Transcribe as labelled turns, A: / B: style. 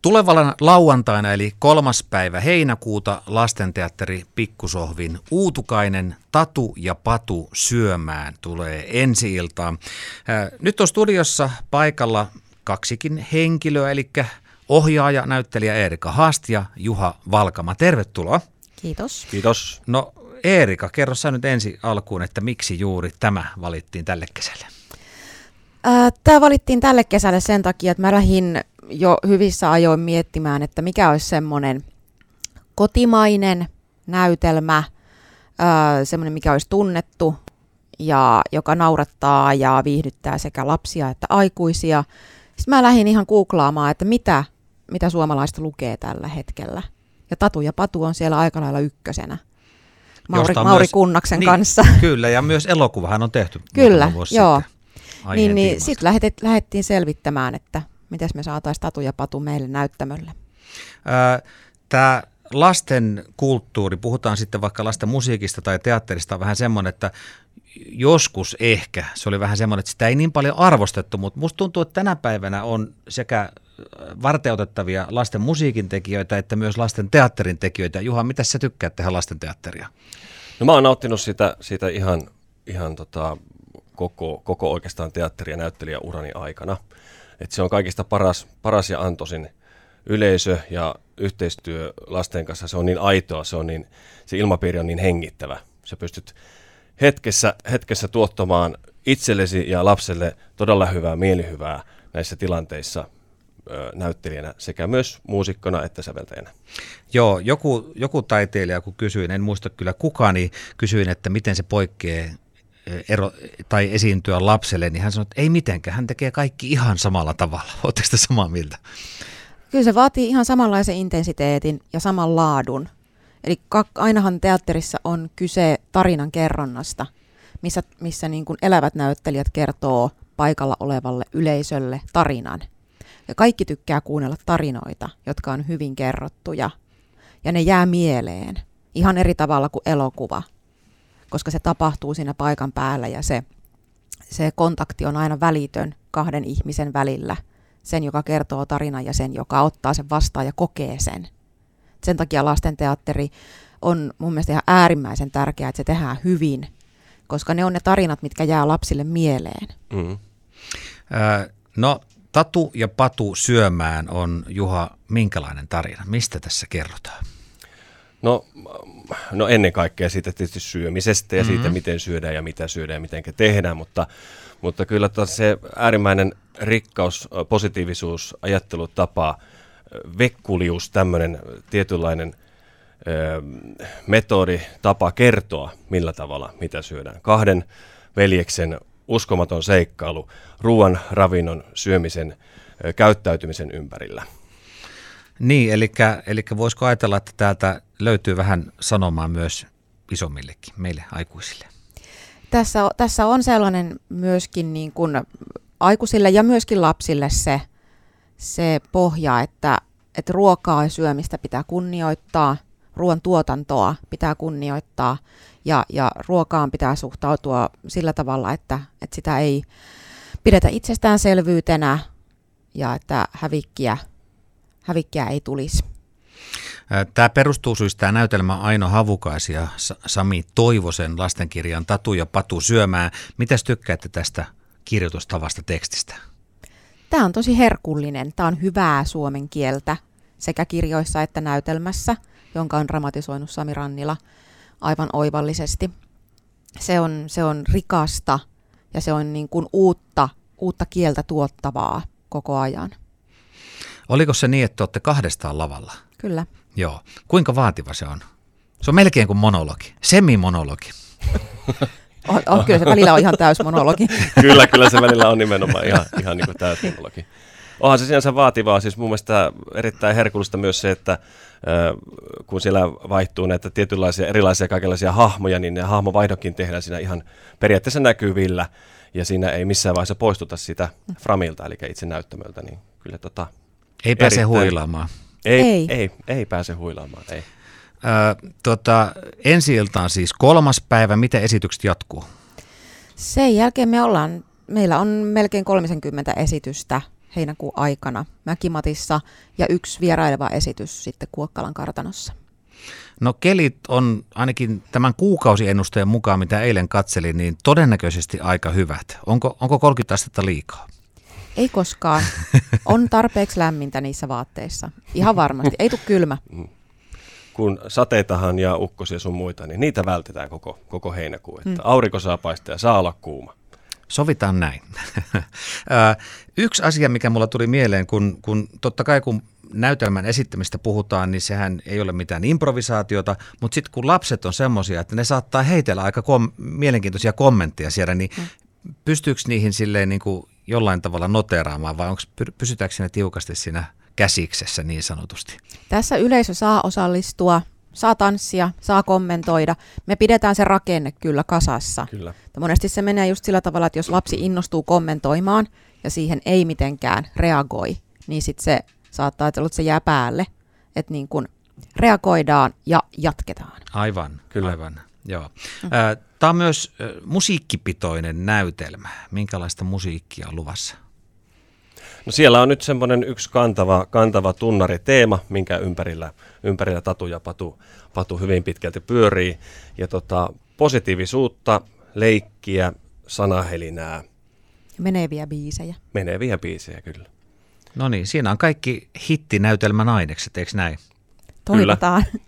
A: Tulevana lauantaina eli 3. päivä heinäkuuta Lastenteatteri Pikkusohvin Uutukainen Tatu ja Patu syömään tulee ensi-iltaan. Nyt on studiossa paikalla kaksikin henkilöä, eli ohjaaja, näyttelijä Eerika Haast ja Juha Valkama. Tervetuloa.
B: Kiitos.
C: Kiitos.
A: No Eerika, kerro sä nyt ensi alkuun, että miksi juuri tämä valittiin tälle kesälle?
B: Tämä valittiin tälle kesälle sen takia, että mä lähdin jo hyvissä ajoin miettimään, että mikä olisi semmoinen kotimainen näytelmä, semmoinen mikä olisi tunnettu ja joka naurattaa ja viihdyttää sekä lapsia että aikuisia. Sitten mä lähdin ihan googlaamaan, että mitä suomalaiset lukee tällä hetkellä. Ja Tatu ja Patu on siellä aika lailla ykkösenä. Mauri Kunnaksen kanssa.
A: Kyllä, ja myös elokuvahan on tehty.
B: Kyllä, joo.
A: Niin
B: sitten lähdettiin selvittämään, että miten me saataisiin Tatu ja Patu meille näyttämölle.
A: Tämä lasten kulttuuri, puhutaan sitten vaikka lasten musiikista tai teatterista, on vähän semmoinen, että joskus ehkä se oli vähän semmoinen, että sitä ei niin paljon arvostettu, mutta musta tuntuu, että tänä päivänä on sekä varteutettavia lasten musiikin tekijöitä että myös lasten teatterin tekijöitä. Juha, mitä sä tykkäät tehdä lasten teatteria?
C: No mä oon nauttinut siitä ihan koko oikeastaan teatteri- ja näyttelijäurani aikana. Et se on kaikista paras ja antoisin yleisö ja yhteistyö lasten kanssa. Se on niin aitoa, se ilmapiiri on niin hengittävä. Sä pystyt hetkessä tuottamaan itsellesi ja lapselle todella hyvää mielihyvää näissä tilanteissa näyttelijänä sekä myös muusikkona että säveltäjänä.
A: Joo, joku taiteilija, kun kysyin, en muista kyllä kukaan, niin kysyin, että miten se poikkeaa tai esiintyä lapselle, niin hän sanoi, että ei mitenkään, hän tekee kaikki ihan samalla tavalla. Oletteko te samaa mieltä?
B: Kyllä se vaatii ihan samanlaisen intensiteetin ja saman laadun. Eli ainahan teatterissa on kyse tarinan kerronnasta, missä niin kuin elävät näyttelijät kertoo paikalla olevalle yleisölle tarinan. Ja kaikki tykkää kuunnella tarinoita, jotka on hyvin kerrottuja. Ja ne jää mieleen ihan eri tavalla kuin elokuva, koska se tapahtuu siinä paikan päällä ja se kontakti on aina välitön kahden ihmisen välillä. Sen, joka kertoo tarinan ja sen, joka ottaa sen vastaan ja kokee sen. Sen takia lastenteatteri on mun mielestä ihan äärimmäisen tärkeää, että se tehdään hyvin, koska ne on ne tarinat, mitkä jää lapsille mieleen.
C: Mm.
A: No, Tatu ja Patu syömään on, Juha, minkälainen tarina? Mistä tässä kerrotaan?
C: No ennen kaikkea siitä tietysti syömisestä ja siitä, miten syödään ja miten tehdään, mutta kyllä se äärimmäinen rikkaus, positiivisuus, ajattelutapa, vekkulius, tämmöinen tietynlainen metodi, tapa kertoa, millä tavalla mitä syödään. Kahden veljeksen uskomaton seikkailu ruoan, ravinnon, syömisen, käyttäytymisen ympärillä.
A: Niin, eli voisiko ajatella, että täältä löytyy vähän sanomaa myös isommillekin, meille aikuisille?
B: Tässä on sellainen myöskin niin kuin aikuisille ja myöskin lapsille se pohja, että ruokaa ja syömistä pitää kunnioittaa, ruoan tuotantoa pitää kunnioittaa ja ruokaan pitää suhtautua sillä tavalla, että sitä ei pidetä itsestäänselvyytenä ja että hävikkiä ei tulisi.
A: Tämä perustuu siis tämä näytelmä Aino Havukais ja Sami Toivosen lastenkirjan Tatu ja Patu syömään. Mitäs tykkäätte tästä kirjoitustavasta tekstistä?
B: Tämä on tosi herkullinen. Tämä on hyvää suomen kieltä sekä kirjoissa että näytelmässä, jonka on dramatisoinut Sami Rannila aivan oivallisesti. Se on rikasta ja se on niin kuin uutta kieltä tuottavaa koko ajan.
A: Oliko se niin, että olette kahdestaan lavalla?
B: Kyllä.
A: Joo. Kuinka vaativa se on? Se on melkein kuin monologi, semimonologi.
B: Kyllä se välillä on ihan täys monologi.
C: Kyllä se välillä on nimenomaan ihan niin kuin täys monologi. Onhan se sinänsä vaativaa, siis mun mielestä erittäin herkullista myös se, että kun siellä vaihtuu näitä tietynlaisia erilaisia kaikenlaisia hahmoja, niin ne hahmovaihdokkin tehdään siinä ihan periaatteessa näkyvillä, ja siinä ei missään vaiheessa poistuta sitä framilta, eli itse näyttämöltä, niin kyllä
A: ei pääse huilaamaan.
C: Ei pääse huilaamaan, ei.
A: Ensi-iltaan siis 3. päivä, miten esitykset jatkuu?
B: Sen jälkeen meillä on melkein 30 esitystä heinäkuun aikana Mäkimatissa ja 1 vieraileva esitys sitten Kuokkalan kartanossa.
A: No kelit on ainakin tämän kuukausiennusteen mukaan, mitä eilen katselin, niin todennäköisesti aika hyvät. Onko 30 astetta liikaa?
B: Ei koskaan. On tarpeeksi lämmintä niissä vaatteissa. Ihan varmasti. Ei tule kylmä.
C: Kun sateitahan ja ukkosia sun muita, niin niitä vältetään koko heinäkuun. Että aurinko saa paistaa ja saa olla kuuma.
A: Sovitaan näin. Yksi asia, mikä mulla tuli mieleen, kun totta kai kun näytelmän esittämistä puhutaan, niin sehän ei ole mitään improvisaatiota, mutta sitten kun lapset on semmoisia, että ne saattaa heitellä aika mielenkiintoisia kommentteja siellä, niin pystyykö niihin silleen niin kuin jollain tavalla noteeraamaan vai pysytäänkö siinä tiukasti siinä käsiksessä niin sanotusti?
B: Tässä yleisö saa osallistua, saa tanssia, saa kommentoida. Me pidetään se rakenne kyllä kasassa.
C: Kyllä.
B: Monesti se menee just sillä tavalla, että jos lapsi innostuu kommentoimaan ja siihen ei mitenkään reagoi, niin sitten se saattaa olla, että se jää päälle, että niin kuin reagoidaan ja jatketaan.
A: Aivan,
C: kyllä.
A: Aivan. Joo. Tämä on myös musiikkipitoinen näytelmä. Minkälaista musiikkia on luvassa?
C: No siellä on nyt semmoinen yksi kantava tunnariteema, minkä ympärillä Tatu ja Patu hyvin pitkälti pyörii. Ja positiivisuutta, leikkiä, sanahelinää.
B: Meneviä biisejä,
C: kyllä.
A: No niin, siinä on kaikki hittinäytelmän ainekset, eikö näin?
B: Toivotaan.
C: Kyllä.